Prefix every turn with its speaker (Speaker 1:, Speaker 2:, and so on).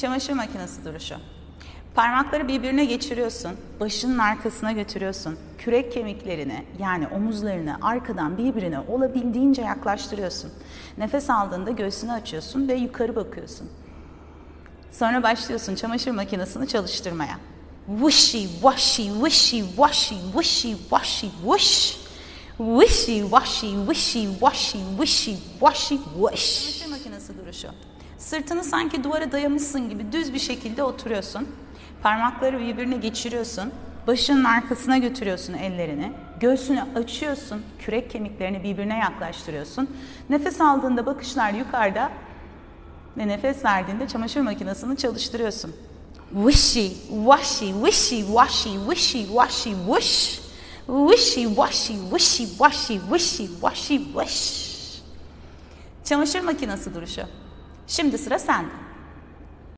Speaker 1: Çamaşır makinesi duruşu. Parmakları birbirine geçiriyorsun, başının arkasına götürüyorsun. Kürek kemiklerini yani omuzlarını arkadan birbirine olabildiğince yaklaştırıyorsun. Nefes aldığında göğsünü açıyorsun ve yukarı bakıyorsun. Sonra başlıyorsun çamaşır makinesini çalıştırmaya. Wishy washy wishy washy wishy washy wish. Wishy washy wishy washy wishy washy wish. Çamaşır makinesi duruşu. Sırtını sanki duvara dayamışsın gibi düz bir şekilde oturuyorsun. Parmakları birbirine geçiriyorsun. Başının arkasına götürüyorsun ellerini. Göğsünü açıyorsun. Kürek kemiklerini birbirine yaklaştırıyorsun. Nefes aldığında bakışlar yukarıda ve nefes verdiğinde çamaşır makinesini çalıştırıyorsun. Wishy washy wishy washy wishy washy wish. Wishy washy wishy washy wishy washy wish. Çamaşır makinesi duruşu. Şimdi sıra sende.